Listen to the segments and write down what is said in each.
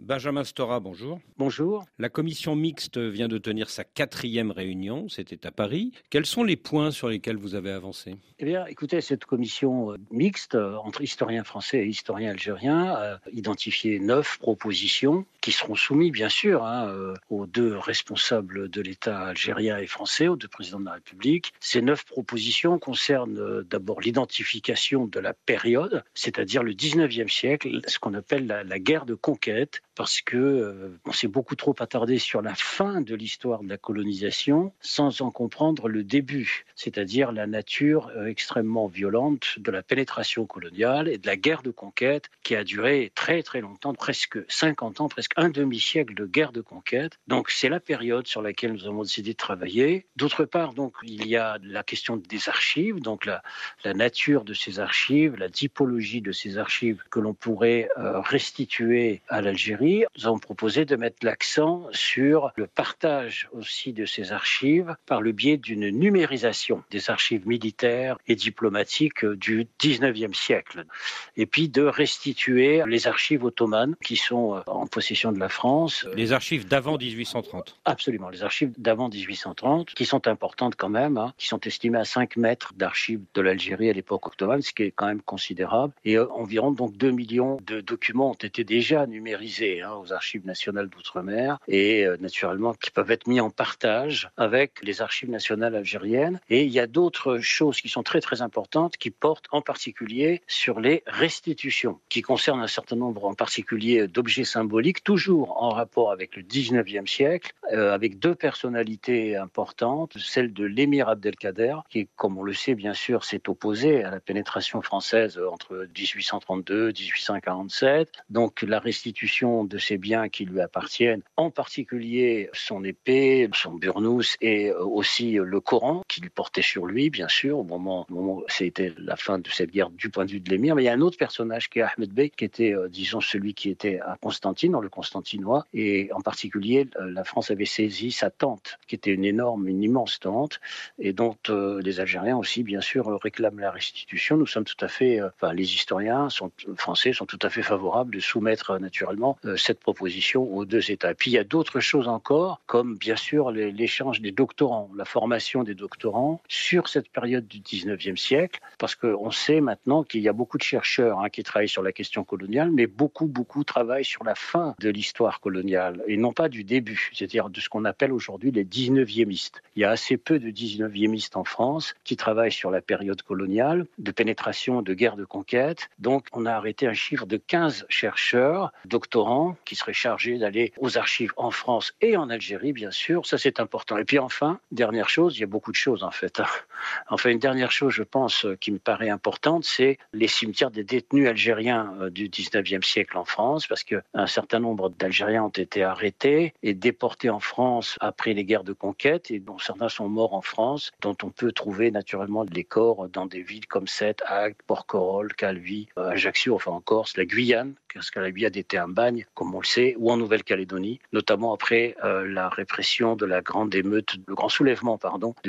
Benjamin Stora, bonjour. Bonjour. La commission mixte vient de tenir sa 4e réunion, c'était à Paris. Quels sont les points sur lesquels vous avez avancé ? Eh bien, écoutez, cette commission mixte entre historiens français et historiens algériens a identifié 9 propositions qui seront soumises, bien sûr, aux 2 responsables de l'État algérien et français, aux 2 présidents de la République. Ces 9 propositions concernent d'abord l'identification de la période, c'est-à-dire le 19e siècle, ce qu'on appelle la guerre de conquête, parce que on s'est beaucoup trop attardé sur la fin de l'histoire de la colonisation sans en comprendre le début, c'est-à-dire la nature extrêmement violente de la pénétration coloniale et de la guerre de conquête qui a duré très très longtemps, presque 50 ans, presque un demi-siècle de guerre de conquête. Donc c'est la période sur laquelle nous avons décidé de travailler. D'autre part, donc, il y a la question des archives, donc la nature de ces archives, la typologie de ces archives que l'on pourrait restituer à l'Algérie. Nous avons proposé de mettre l'accent sur le partage aussi de ces archives par le biais d'une numérisation des archives militaires et diplomatiques du 19e siècle. Et puis de restituer les archives ottomanes qui sont en possession de la France. Les archives d'avant 1830. Absolument, les archives d'avant 1830, qui sont importantes quand même, qui sont estimées à 5 mètres d'archives de l'Algérie à l'époque ottomane, ce qui est quand même considérable. Et environ donc 2 millions de documents ont été déjà numérisés aux archives nationales d'outre-mer et naturellement qui peuvent être mis en partage avec les archives nationales algériennes. Et il y a d'autres choses qui sont très très importantes qui portent en particulier sur les restitutions, qui concernent un certain nombre en particulier d'objets symboliques, toujours en rapport avec le 19e siècle, avec 2 personnalités importantes, celle de l'émir Abdelkader, qui, comme on le sait bien sûr, s'est opposé à la pénétration française entre 1832 et 1847. Donc la restitution de ces biens qui lui appartiennent, en particulier son épée, son burnous et aussi le Coran qu'il portait sur lui, bien sûr, au moment où c'était la fin de cette guerre du point de vue de l'émir. Mais il y a un autre personnage qui est Ahmed Bey, qui était, disons, celui qui était à Constantine, dans le Constantinois, et en particulier, la France avait saisi sa tente, qui était une immense tente, et dont les Algériens aussi, bien sûr, réclament la restitution. Nous sommes tout à fait, les historiens français sont tout à fait favorables de soumettre naturellement cette proposition aux 2 États. Et puis il y a d'autres choses encore, comme bien sûr l'échange des doctorants, la formation des doctorants sur cette période du 19e siècle, parce qu'on sait maintenant qu'il y a beaucoup de chercheurs qui travaillent sur la question coloniale, mais beaucoup travaillent sur la fin de l'histoire coloniale, et non pas du début, c'est-à-dire de ce qu'on appelle aujourd'hui les 19e-istes. Il y a assez peu de 19e-istes en France qui travaillent sur la période coloniale, de pénétration, de guerre de conquête. Donc on a arrêté un chiffre de 15 chercheurs, doctorants, qui seraient chargés d'aller aux archives en France et en Algérie, bien sûr. Ça, c'est important. Et puis enfin, dernière chose, il y a beaucoup de choses en fait. Enfin, une dernière chose, je pense, qui me paraît importante, c'est les cimetières des détenus algériens du 19e siècle en France, parce qu'un certain nombre d'Algériens ont été arrêtés et déportés en France après les guerres de conquête, et dont certains sont morts en France, dont on peut trouver naturellement les corps dans des villes comme Sète, Agde, Porquerolles, Calvi, Ajaccio, enfin en Corse, la Guyane, parce que la Guyane était un bagne, comme on le sait, ou en Nouvelle-Calédonie, notamment après la répression de la grande émeute, le grand soulèvement, de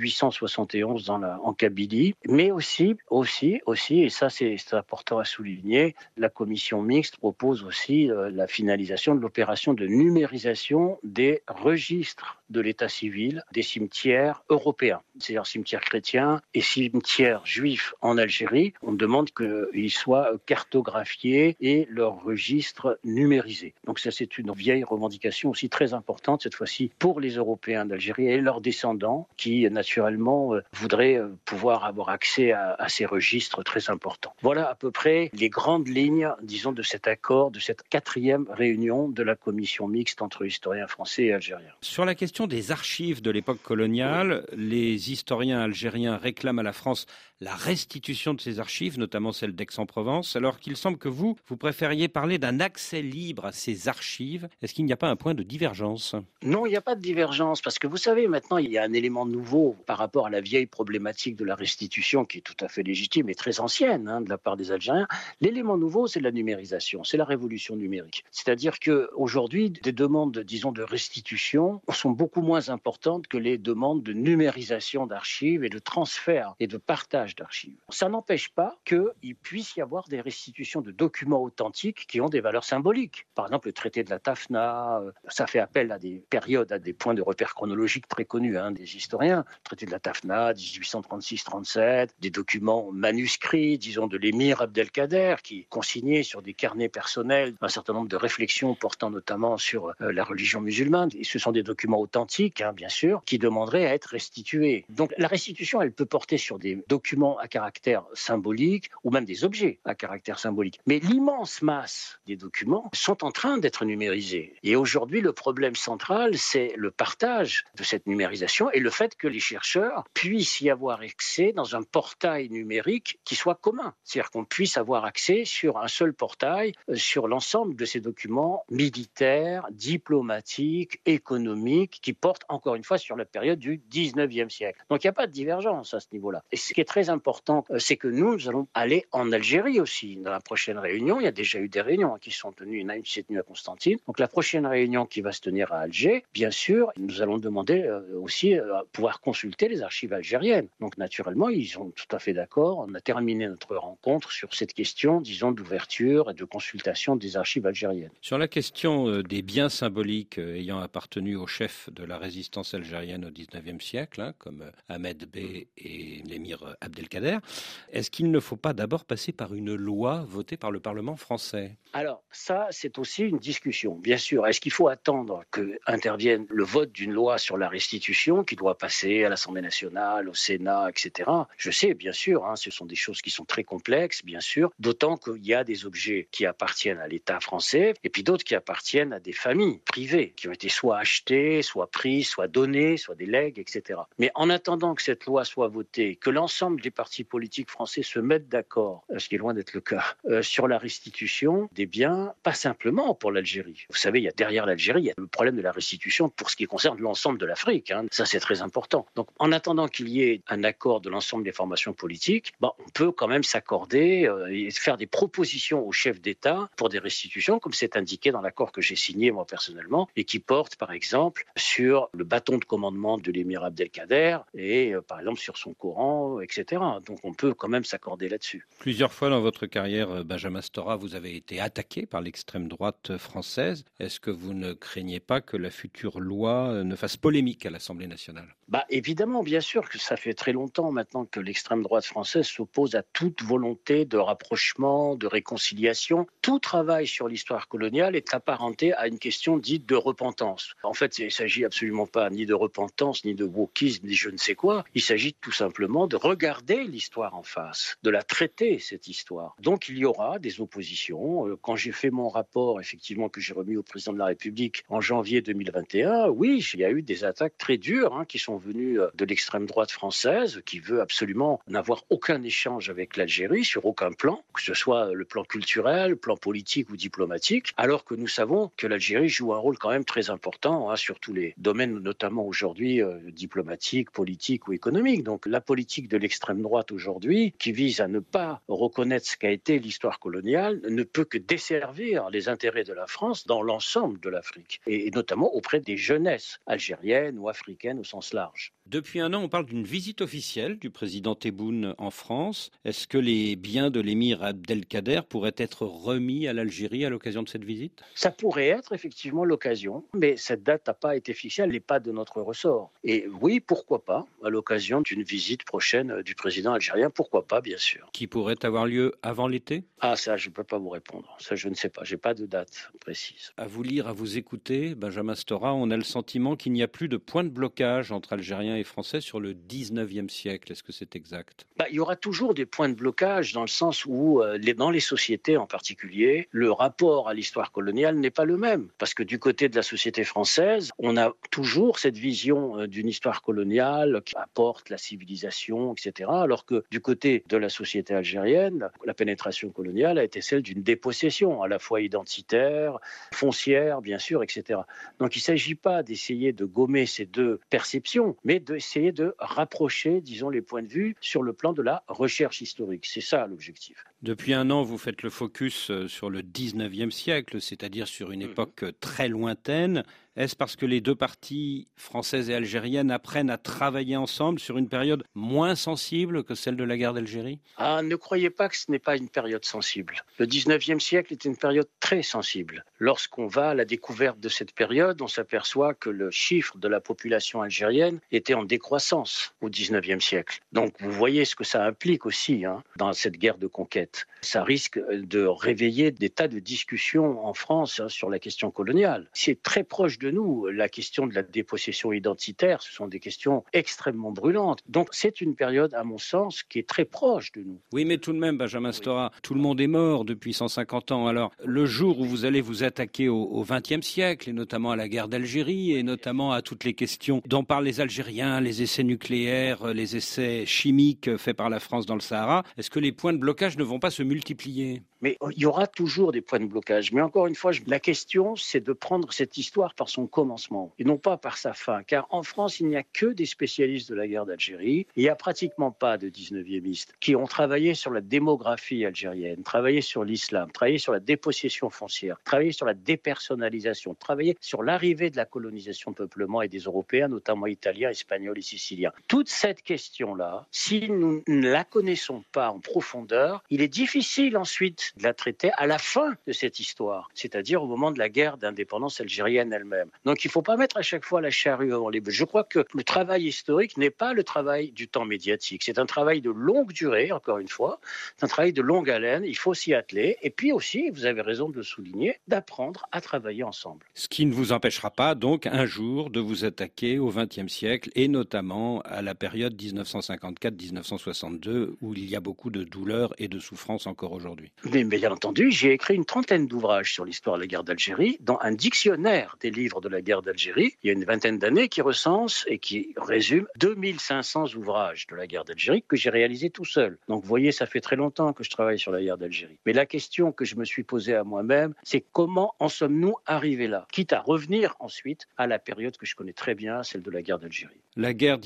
1871 en Kabylie. Mais aussi, et ça c'est important à souligner, la commission mixte propose aussi la finalisation de l'opération de numérisation des registres de l'état civil des cimetières européens, c'est-à-dire cimetières chrétiens et cimetières juifs en Algérie. On demande qu'ils soient cartographiés et leurs registres numérisés. Donc ça, c'est une vieille revendication aussi très importante, cette fois-ci pour les Européens d'Algérie et leurs descendants qui, naturellement, voudraient pouvoir avoir accès à ces registres très importants. Voilà à peu près les grandes lignes, disons, de cet accord, de cette 4e réunion de la commission mixte entre historiens français et algériens. Sur la question des archives de l'époque coloniale, les historiens algériens réclament à la France la restitution de ces archives, notamment celles d'Aix-en-Provence, alors qu'il semble que vous préfériez parler d'un accès libre à ces archives. Est-ce qu'il n'y a pas un point de divergence ? Non, il n'y a pas de divergence, parce que vous savez, maintenant, il y a un élément nouveau par rapport à la vieille problématique de la restitution, qui est tout à fait légitime et très ancienne de la part des Algériens. L'élément nouveau, c'est la numérisation, c'est la révolution numérique. C'est-à-dire qu'aujourd'hui, des demandes, disons, de restitution sont beaucoup moins importantes que les demandes de numérisation d'archives et de transfert et de partage partage d'archives. Ça n'empêche pas qu'il puisse y avoir des restitutions de documents authentiques qui ont des valeurs symboliques. Par exemple, le traité de la Tafna, ça fait appel à des périodes, à des points de repère chronologiques très connus des historiens. Le traité de la Tafna, 1836-37, des documents manuscrits, disons, de l'émir Abdelkader, qui consignait sur des carnets personnels un certain nombre de réflexions portant notamment sur la religion musulmane. Et ce sont des documents authentiques, bien sûr, qui demanderaient à être restitués. Donc la restitution, elle peut porter sur des documents à caractère symbolique ou même des objets à caractère symbolique. Mais l'immense masse des documents sont en train d'être numérisés. Et aujourd'hui, le problème central, c'est le partage de cette numérisation et le fait que les chercheurs puissent y avoir accès dans un portail numérique qui soit commun. C'est-à-dire qu'on puisse avoir accès sur un seul portail sur l'ensemble de ces documents militaires, diplomatiques, économiques, qui portent encore une fois sur la période du 19e siècle. Donc il n'y a pas de divergence à ce niveau-là. Et ce qui est très important, c'est que nous allons aller en Algérie aussi. Dans la prochaine réunion, il y a déjà eu des réunions qui sont tenues, il y en a une qui s'est tenue à Constantine. Donc la prochaine réunion qui va se tenir à Alger, bien sûr, nous allons demander aussi à pouvoir consulter les archives algériennes. Donc naturellement, ils sont tout à fait d'accord. On a terminé notre rencontre sur cette question, disons, d'ouverture et de consultation des archives algériennes. Sur la question des biens symboliques ayant appartenu aux chefs de la résistance algérienne au XIXe siècle, comme Ahmed Bey et l'émir Abdelkader, est-ce qu'il ne faut pas d'abord passer par une loi votée par le Parlement français ? Alors ça, c'est aussi une discussion. Bien sûr, est-ce qu'il faut attendre qu'intervienne le vote d'une loi sur la restitution qui doit passer à l'Assemblée nationale, au Sénat, etc. Je sais, bien sûr, ce sont des choses qui sont très complexes, bien sûr, d'autant qu'il y a des objets qui appartiennent à l'État français et puis d'autres qui appartiennent à des familles privées qui ont été soit achetées, soit prises, soit données, soit des legs, etc. Mais en attendant que cette loi soit votée, que l'ensemble des partis politiques français se mettent d'accord, ce qui est loin d'être le cas, sur la restitution des biens, pas simplement pour l'Algérie. Vous savez, derrière l'Algérie, il y a le problème de la restitution pour ce qui concerne l'ensemble de l'Afrique. Ça, c'est très important. Donc, en attendant qu'il y ait un accord de l'ensemble des formations politiques, on peut quand même s'accorder et faire des propositions aux chefs d'État pour des restitutions, comme c'est indiqué dans l'accord que j'ai signé moi personnellement, et qui porte, par exemple, sur le bâton de commandement de l'émir Abdelkader et, par exemple, sur son Coran, etc. Donc, on peut quand même s'accorder là-dessus. Plusieurs fois dans votre carrière, Benjamin Stora, vous avez été attaqué par l'extrême droite française. Est-ce que vous ne craignez pas que la future loi ne fasse polémique à l'Assemblée nationale ? Évidemment, bien sûr que ça fait très longtemps maintenant que l'extrême droite française s'oppose à toute volonté de rapprochement, de réconciliation. Tout travail sur l'histoire coloniale est apparenté à une question dite de repentance. En fait, il ne s'agit absolument pas ni de repentance, ni de wokisme, ni je ne sais quoi. Il s'agit tout simplement de regarder l'histoire en face, de la traiter, cette histoire. Donc, il y aura des oppositions. Quand j'ai fait mon rapport, effectivement, que j'ai remis au président de la République en janvier 2021, oui, il y a eu des attaques très dures qui sont venues de l'extrême droite française, qui veut absolument n'avoir aucun échange avec l'Algérie sur aucun plan, que ce soit le plan culturel, le plan politique ou diplomatique, alors que nous savons que l'Algérie joue un rôle quand même très important sur tous les domaines, notamment aujourd'hui diplomatiques, politiques ou économiques. Donc la politique de l'extrême droite aujourd'hui, qui vise à ne pas reconnaître ce qu'a été l'histoire coloniale, ne peut que desservir les intérêts de la France dans l'ensemble de l'Afrique, et notamment auprès des jeunesses algériennes ou africaines au sens large. Depuis un an, on parle d'une visite officielle du président Tebboune en France. Est-ce que les biens de l'émir Abdelkader pourraient être remis à l'Algérie à l'occasion de cette visite ? Ça pourrait être effectivement l'occasion, mais cette date n'a pas été fixée, elle n'est pas de notre ressort. Et oui, pourquoi pas, à l'occasion d'une visite prochaine du président algérien, pourquoi pas, bien sûr. Qui pourrait avoir lieu avant l'été ? Ça, je ne peux pas vous répondre. Ça, je ne sais pas. Je n'ai pas de date précise. À vous lire, à vous écouter, Benjamin Stora, on a le sentiment qu'il n'y a plus de point de blocage entre Algériens et Français sur le 19e siècle. Est-ce que c'est exact ? Il y aura toujours des points de blocage dans le sens où, dans les sociétés en particulier, le rapport à l'histoire coloniale n'est pas le même. Parce que du côté de la société française, on a toujours cette vision d'une histoire coloniale qui apporte la civilisation, etc. Alors que du côté de la société algérienne, la pénétration coloniale a été celle d'une dépossession, à la fois identitaire, foncière, bien sûr, etc. Donc il ne s'agit pas d'essayer de gommer ces deux perceptions, mais d'essayer de rapprocher, disons, les points de vue sur le plan de la recherche historique. C'est ça l'objectif. Depuis un an, vous faites le focus sur le 19e siècle, c'est-à-dire sur une époque très lointaine. Est-ce parce que les deux parties, françaises et algériennes, apprennent à travailler ensemble sur une période moins sensible que celle de la guerre d'Algérie ? Ah, ne croyez pas que ce n'est pas une période sensible. Le 19e siècle est une période très sensible. Lorsqu'on va à la découverte de cette période, on s'aperçoit que le chiffre de la population algérienne était en décroissance au 19e siècle. Donc vous voyez ce que ça implique aussi dans cette guerre de conquête. Ça risque de réveiller des tas de discussions en France sur la question coloniale. C'est très proche de nous. La question de la dépossession identitaire, ce sont des questions extrêmement brûlantes. Donc c'est une période, à mon sens, qui est très proche de nous. Oui, mais tout de même, Benjamin Stora, tout le monde est mort depuis 150 ans. Alors, le jour où vous allez vous attaquer au XXe siècle, et notamment à la guerre d'Algérie, et notamment à toutes les questions dont parlent les Algériens, les essais nucléaires, les essais chimiques faits par la France dans le Sahara, est-ce que les points de blocage ne vont pas se multiplier ? Mais il y aura toujours des points de blocage. Mais encore une fois, la question, c'est de prendre cette histoire par son commencement et non pas par sa fin. Car en France, il n'y a que des spécialistes de la guerre d'Algérie. Il n'y a pratiquement pas de 19e qui ont travaillé sur la démographie algérienne, travaillé sur l'islam, travaillé sur la dépossession foncière, travaillé sur la dépersonnalisation, travaillé sur l'arrivée de la colonisation de peuplement et des Européens, notamment italiens, espagnols et siciliens. Toute cette question-là, si nous ne la connaissons pas en profondeur, il est difficile ensuite de la traiter à la fin de cette histoire, c'est-à-dire au moment de la guerre d'indépendance algérienne elle-même. Donc il ne faut pas mettre à chaque fois la charrue avant les bœufs. Je crois que le travail historique n'est pas le travail du temps médiatique. C'est un travail de longue durée, encore une fois. C'est un travail de longue haleine. Il faut s'y atteler. Et puis aussi, vous avez raison de le souligner, d'apprendre à travailler ensemble. Ce qui ne vous empêchera pas, donc, un jour de vous attaquer au XXe siècle et notamment à la période 1954-1962 où il y a beaucoup de douleurs et de souffrances encore aujourd'hui. Mais bien entendu, j'ai écrit une trentaine d'ouvrages sur l'histoire de la guerre d'Algérie, dont un dictionnaire des livres de la guerre d'Algérie, il y a une vingtaine d'années, qui recense et qui résume 2500 ouvrages de la guerre d'Algérie que j'ai réalisés tout seul. Donc vous voyez, ça fait très longtemps que je travaille sur la guerre d'Algérie. Mais la question que je me suis posée à moi-même, c'est comment en sommes-nous arrivés là ? Quitte à revenir ensuite à la période que je connais très bien, celle de la guerre d'Algérie. La guerre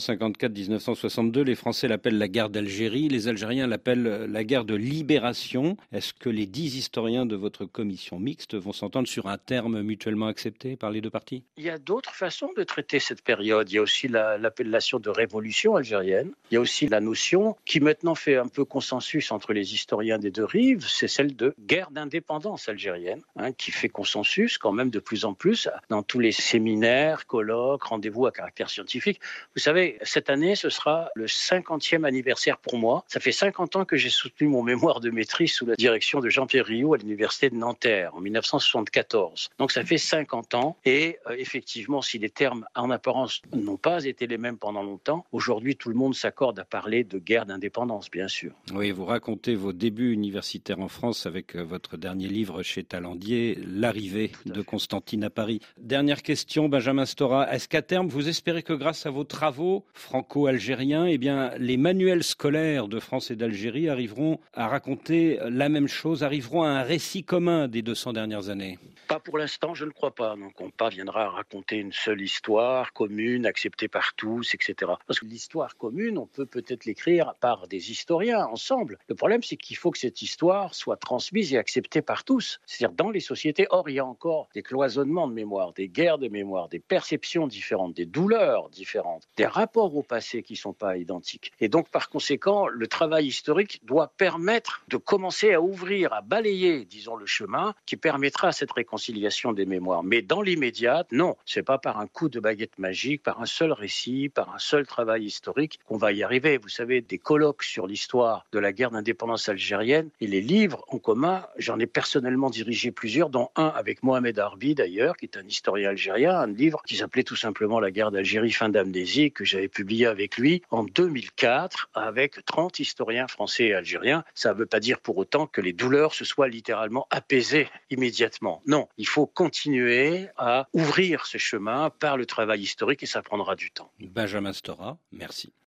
1954-1962, les Français l'appellent la guerre d'Algérie, les Algériens l'appellent la guerre de libération. Est-ce que les 10 historiens de votre commission mixte vont s'entendre sur un terme mutuellement accepté par les deux parties ? Il y a d'autres façons de traiter cette période. Il y a aussi l'appellation de révolution algérienne. Il y a aussi la notion qui maintenant fait un peu consensus entre les historiens des deux rives, c'est celle de guerre d'indépendance algérienne, qui fait consensus quand même de plus en plus dans tous les séminaires, colloques, rendez-vous à caractère scientifique. Vous savez, cette année, ce sera le 50e anniversaire pour moi. Ça fait 50 ans que j'ai soutenu mon mémoire de maîtrise sous la direction de Jean-Pierre Rioux à l'université de Nanterre en 1974. Donc ça fait 50 ans et effectivement, si les termes en apparence n'ont pas été les mêmes pendant longtemps, aujourd'hui tout le monde s'accorde à parler de guerre d'indépendance, bien sûr. Oui, vous racontez vos débuts universitaires en France avec votre dernier livre chez Talandier, L'arrivée de Constantine à Paris. Dernière question, Benjamin Stora, est-ce qu'à terme vous espérez que grâce à vos travaux franco-algériens, eh bien, les manuels scolaires de France et d'Algérie arriveront à raconter la même chose, arriveront à un récit commun des 200 dernières années ? Pas pour l'instant, je ne crois pas. Donc on parviendra à raconter une seule histoire commune, acceptée par tous, etc. Parce que l'histoire commune, on peut peut-être l'écrire par des historiens ensemble. Le problème, c'est qu'il faut que cette histoire soit transmise et acceptée par tous. C'est-à-dire dans les sociétés. Or, il y a encore des cloisonnements de mémoire, des guerres de mémoire, des perceptions différentes, des douleurs différentes, des rapports au passé qui ne sont pas identiques. Et donc, par conséquent, le travail historique doit permettre de commencer à ouvrir, à balayer, disons, le chemin qui permettra cette réconciliation des mémoires. Mais dans l'immédiat, non, c'est pas par un coup de baguette magique, par un seul récit, par un seul travail historique qu'on va y arriver. Vous savez, des colloques sur l'histoire de la guerre d'indépendance algérienne et les livres en commun, j'en ai personnellement dirigé plusieurs, dont un avec Mohamed Harbi d'ailleurs, qui est un historien algérien, un livre qui s'appelait tout simplement La guerre d'Algérie, fin d'amnésie, que j'avais publié avec lui en 2004 avec 30 historiens français et algériens. Ça ne veut pas dire pour autant que les douleurs se soient littéralement apaisées immédiatement. Non, il faut continuer à ouvrir ce chemin par le travail historique et ça prendra du temps. Benjamin Stora, merci.